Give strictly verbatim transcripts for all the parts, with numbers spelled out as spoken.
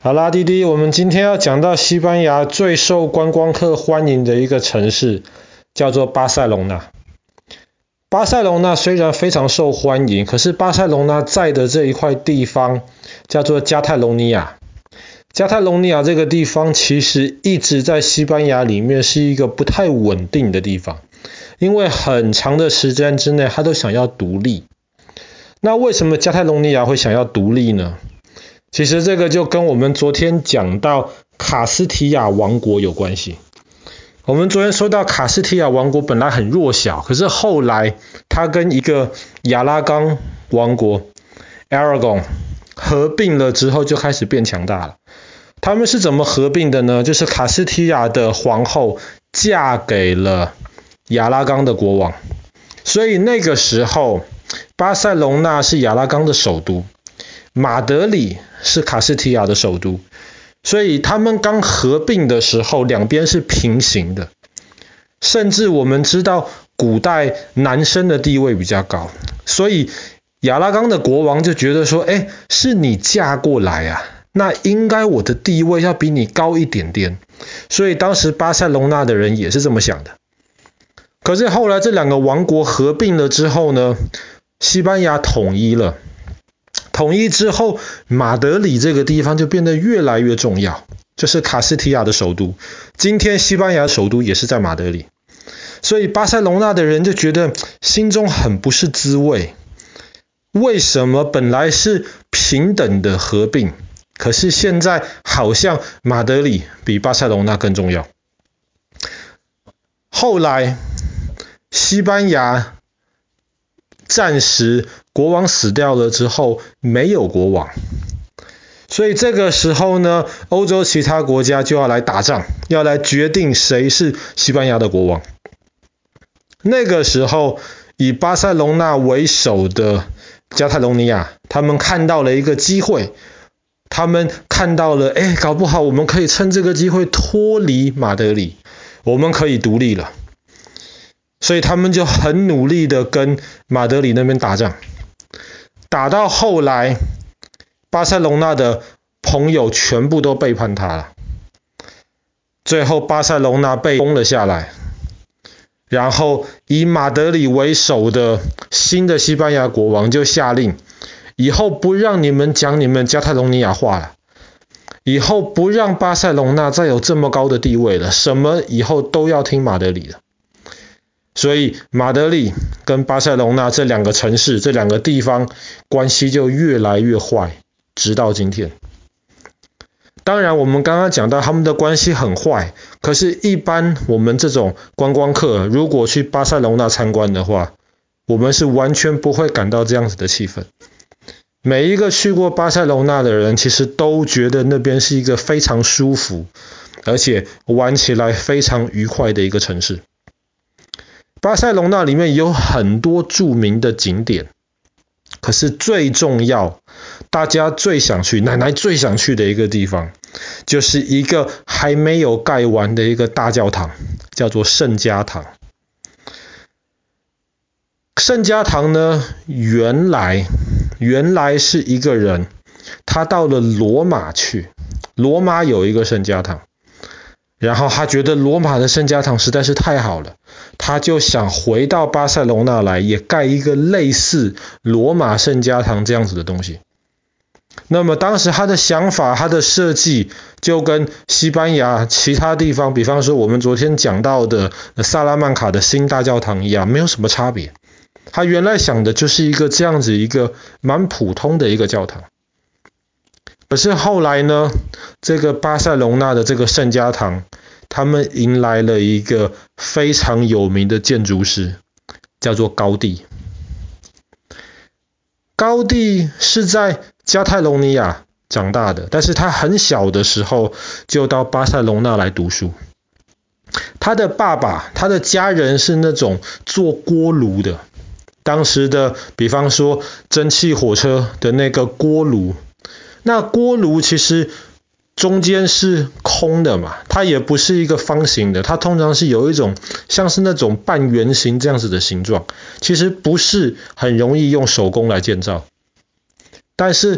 好啦，弟弟，我们今天要讲到西班牙最受观光客欢迎的一个城市，叫做巴塞隆纳。巴塞隆纳虽然非常受欢迎，可是巴塞隆纳在的这一块地方叫做加泰隆尼亚。加泰隆尼亚这个地方其实一直在西班牙里面是一个不太稳定的地方，因为很长的时间之内它都想要独立。那为什么加泰隆尼亚会想要独立呢？其实这个就跟我们昨天讲到卡斯提亚王国有关系。我们昨天说到卡斯提亚王国本来很弱小，可是后来它跟一个亚拉冈王国 Aragon 合并了之后就开始变强大了。他们是怎么合并的呢？就是卡斯提亚的皇后嫁给了亚拉冈的国王，所以那个时候巴塞隆纳是亚拉冈的首都，马德里是卡斯提亚的首都，所以他们刚合并的时候两边是平行的。甚至我们知道古代男生的地位比较高，所以亚拉冈的国王就觉得说，哎，是你嫁过来啊，那应该我的地位要比你高一点点。所以当时巴塞隆纳的人也是这么想的。可是后来这两个王国合并了之后呢，西班牙统一了。统一之后，马德里这个地方就变得越来越重要，就是卡斯提亚的首都。今天西班牙首都也是在马德里，所以巴塞隆纳的人就觉得心中很不是滋味。为什么本来是平等的合并，可是现在好像马德里比巴塞隆纳更重要？后来西班牙暂时国王死掉了之后没有国王，所以这个时候呢，欧洲其他国家就要来打仗，要来决定谁是西班牙的国王。那个时候以巴塞隆纳为首的加泰隆尼亚，他们看到了一个机会，他们看到了，哎，搞不好我们可以趁这个机会脱离马德里，我们可以独立了。所以他们就很努力的跟马德里那边打仗，打到后来巴塞隆纳的朋友全部都背叛他了，最后巴塞隆纳被攻了下来，然后以马德里为首的新的西班牙国王就下令，以后不让你们讲你们加泰隆尼亚话了，以后不让巴塞隆纳再有这么高的地位了，什么以后都要听马德里的。所以马德里跟巴塞隆纳这两个城市，这两个地方关系就越来越坏，直到今天。当然我们刚刚讲到他们的关系很坏，可是一般我们这种观光客如果去巴塞隆纳参观的话，我们是完全不会感到这样子的气氛。每一个去过巴塞隆纳的人其实都觉得那边是一个非常舒服，而且玩起来非常愉快的一个城市。巴塞隆纳里面有很多著名的景点，可是最重要，大家最想去，奶奶最想去的一个地方，就是一个还没有盖完的一个大教堂，叫做圣家堂。圣家堂呢，原来原来是一个人，他到了罗马去，罗马有一个圣家堂，然后他觉得罗马的圣家堂实在是太好了，他就想回到巴塞隆纳来，也盖一个类似罗马圣家堂这样子的东西。那么当时他的想法，他的设计就跟西班牙其他地方，比方说我们昨天讲到的萨拉曼卡的新大教堂一样，没有什么差别。他原来想的就是一个这样子一个蛮普通的一个教堂。可是后来呢，这个巴塞隆纳的这个圣家堂，他们迎来了一个非常有名的建筑师，叫做高第。高第是在加泰隆尼亚长大的，但是他很小的时候就到巴塞隆纳来读书。他的爸爸，他的家人是那种做锅炉的，当时的比方说蒸汽火车的那个锅炉，那锅炉其实中间是空的嘛，它也不是一个方形的，它通常是有一种像是那种半圆形这样子的形状，其实不是很容易用手工来建造。但是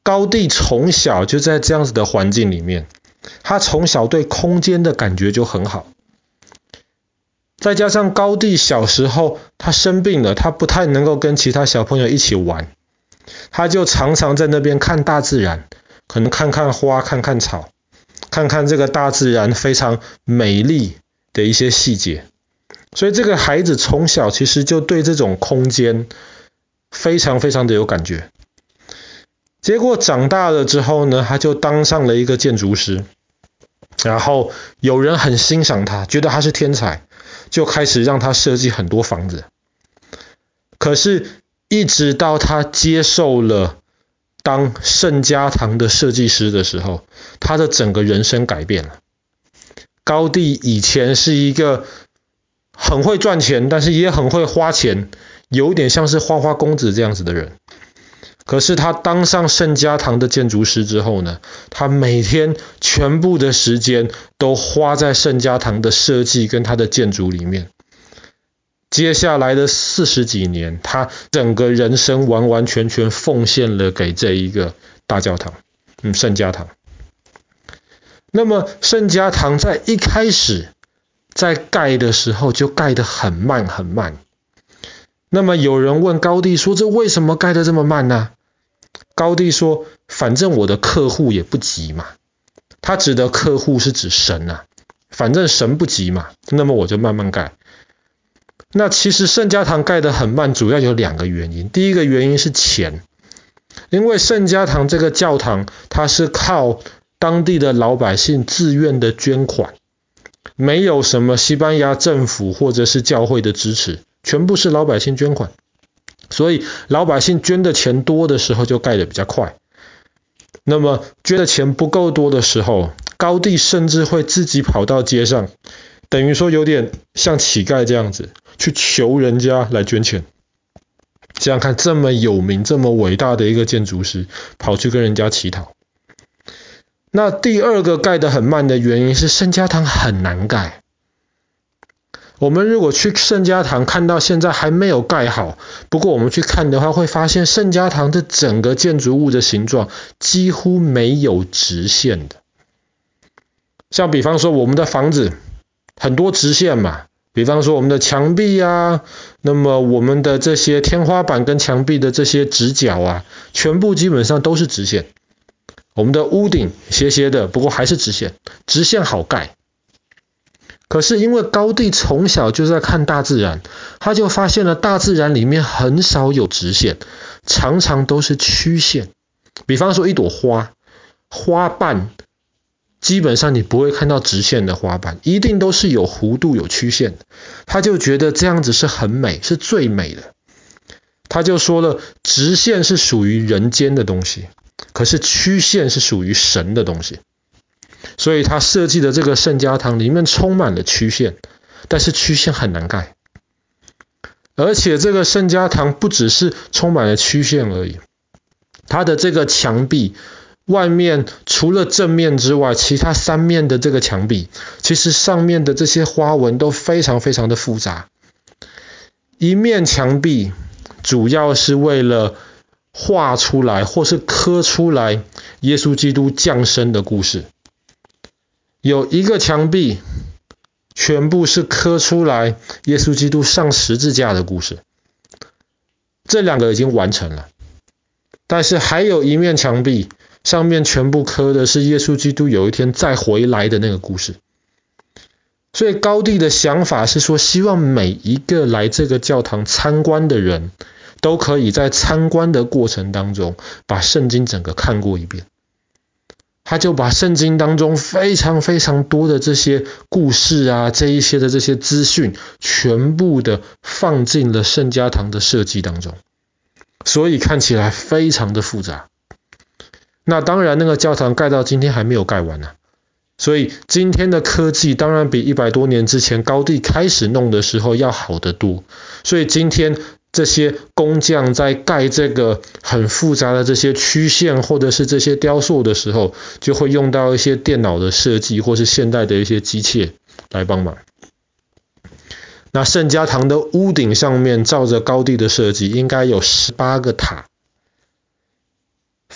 高第从小就在这样子的环境里面，他从小对空间的感觉就很好。再加上高第小时候他生病了，他不太能够跟其他小朋友一起玩，他就常常在那边看大自然，可能看看花，看看草，看看这个大自然非常美丽的一些细节。所以这个孩子从小其实就对这种空间非常非常的有感觉。结果长大了之后呢，他就当上了一个建筑师，然后有人很欣赏他，觉得他是天才，就开始让他设计很多房子。可是一直到他接受了当圣家堂的设计师的时候，他的整个人生改变了。高第以前是一个很会赚钱，但是也很会花钱，有点像是花花公子这样子的人。可是他当上圣家堂的建筑师之后呢，他每天全部的时间都花在圣家堂的设计跟他的建筑里面。接下来的四十几年，他整个人生完完全全奉献了给这一个大教堂，嗯，圣家堂。那么圣家堂在一开始在盖的时候就盖得很慢很慢。那么有人问高第说，这为什么盖得这么慢呢？高第说，反正我的客户也不急嘛。他指的客户是指神啊，反正神不急嘛，那么我就慢慢盖。那其实圣家堂盖得很慢，主要有两个原因。第一个原因是钱，因为圣家堂这个教堂，它是靠当地的老百姓自愿的捐款，没有什么西班牙政府或者是教会的支持，全部是老百姓捐款。所以老百姓捐的钱多的时候就盖得比较快。那么捐的钱不够多的时候，高第甚至会自己跑到街上，等于说有点像乞丐这样子，去求人家来捐钱。想想看，这么有名这么伟大的一个建筑师，跑去跟人家乞讨。那第二个盖得很慢的原因是圣家堂很难盖。我们如果去圣家堂看到现在还没有盖好，不过我们去看的话会发现圣家堂的整个建筑物的形状几乎没有直线的。像比方说我们的房子很多直线嘛，比方说我们的墙壁啊，那么我们的这些天花板跟墙壁的这些直角啊，全部基本上都是直线。我们的屋顶斜斜的，不过还是直线，直线好盖。可是因为高第从小就在看大自然，他就发现了大自然里面很少有直线，常常都是曲线。比方说一朵花，花瓣基本上你不会看到直线的花瓣，一定都是有弧度有曲线的。他就觉得这样子是很美，是最美的。他就说了，直线是属于人间的东西，可是曲线是属于神的东西。所以他设计的这个圣家堂里面充满了曲线，但是曲线很难盖。而且这个圣家堂不只是充满了曲线而已，它的这个墙壁外面除了正面之外，其他三面的这个墙壁，其实上面的这些花纹都非常非常的复杂。一面墙壁主要是为了画出来或是刻出来耶稣基督降生的故事。有一个墙壁全部是刻出来耶稣基督上十字架的故事，这两个已经完成了。但是还有一面墙壁上面全部刻的是耶稣基督有一天再回来的那个故事。所以高第的想法是说，希望每一个来这个教堂参观的人都可以在参观的过程当中把圣经整个看过一遍。他就把圣经当中非常非常多的这些故事啊，这一些的这些资讯全部的放进了圣家堂的设计当中，所以看起来非常的复杂。那当然那个教堂盖到今天还没有盖完呢、啊，所以今天的科技当然比一百多年之前高第开始弄的时候要好得多。所以今天这些工匠在盖这个很复杂的这些曲线或者是这些雕塑的时候，就会用到一些电脑的设计或是现代的一些机械来帮忙。那圣家堂的屋顶上面照着高第的设计应该有十八个塔，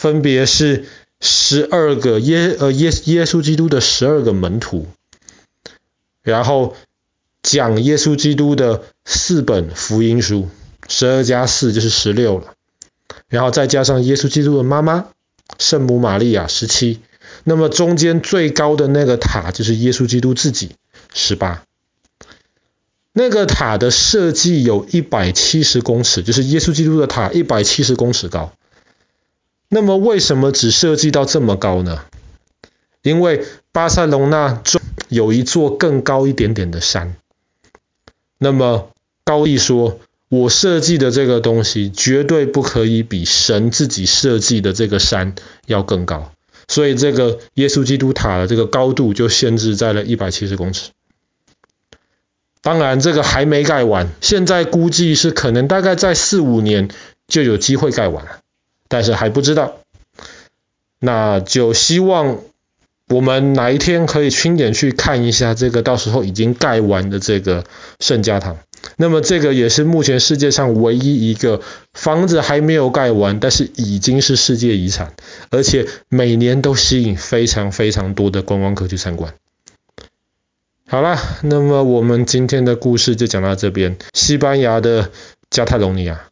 分别是十二个耶呃耶耶稣基督的十二个门徒，然后讲耶稣基督的四本福音书，十二加四就是十六了，然后再加上耶稣基督的妈妈圣母玛利亚十七，那么中间最高的那个塔就是耶稣基督自己十八。那个塔的设计有一百七十公尺，就是耶稣基督的塔一百七十公尺高。那么为什么只设计到这么高呢？因为巴塞隆纳中有一座更高一点点的山。那么高利说，我设计的这个东西绝对不可以比神自己设计的这个山要更高，所以这个耶稣基督塔的这个高度就限制在了一百七十公尺。当然这个还没盖完，现在估计是可能大概在四五年就有机会盖完了，但是还不知道。那就希望我们哪一天可以亲眼去看一下这个到时候已经盖完的这个圣家堂。那么这个也是目前世界上唯一一个房子还没有盖完，但是已经是世界遗产，而且每年都吸引非常非常多的观光客去参观。好啦，那么我们今天的故事就讲到这边。西班牙的加泰隆尼亚。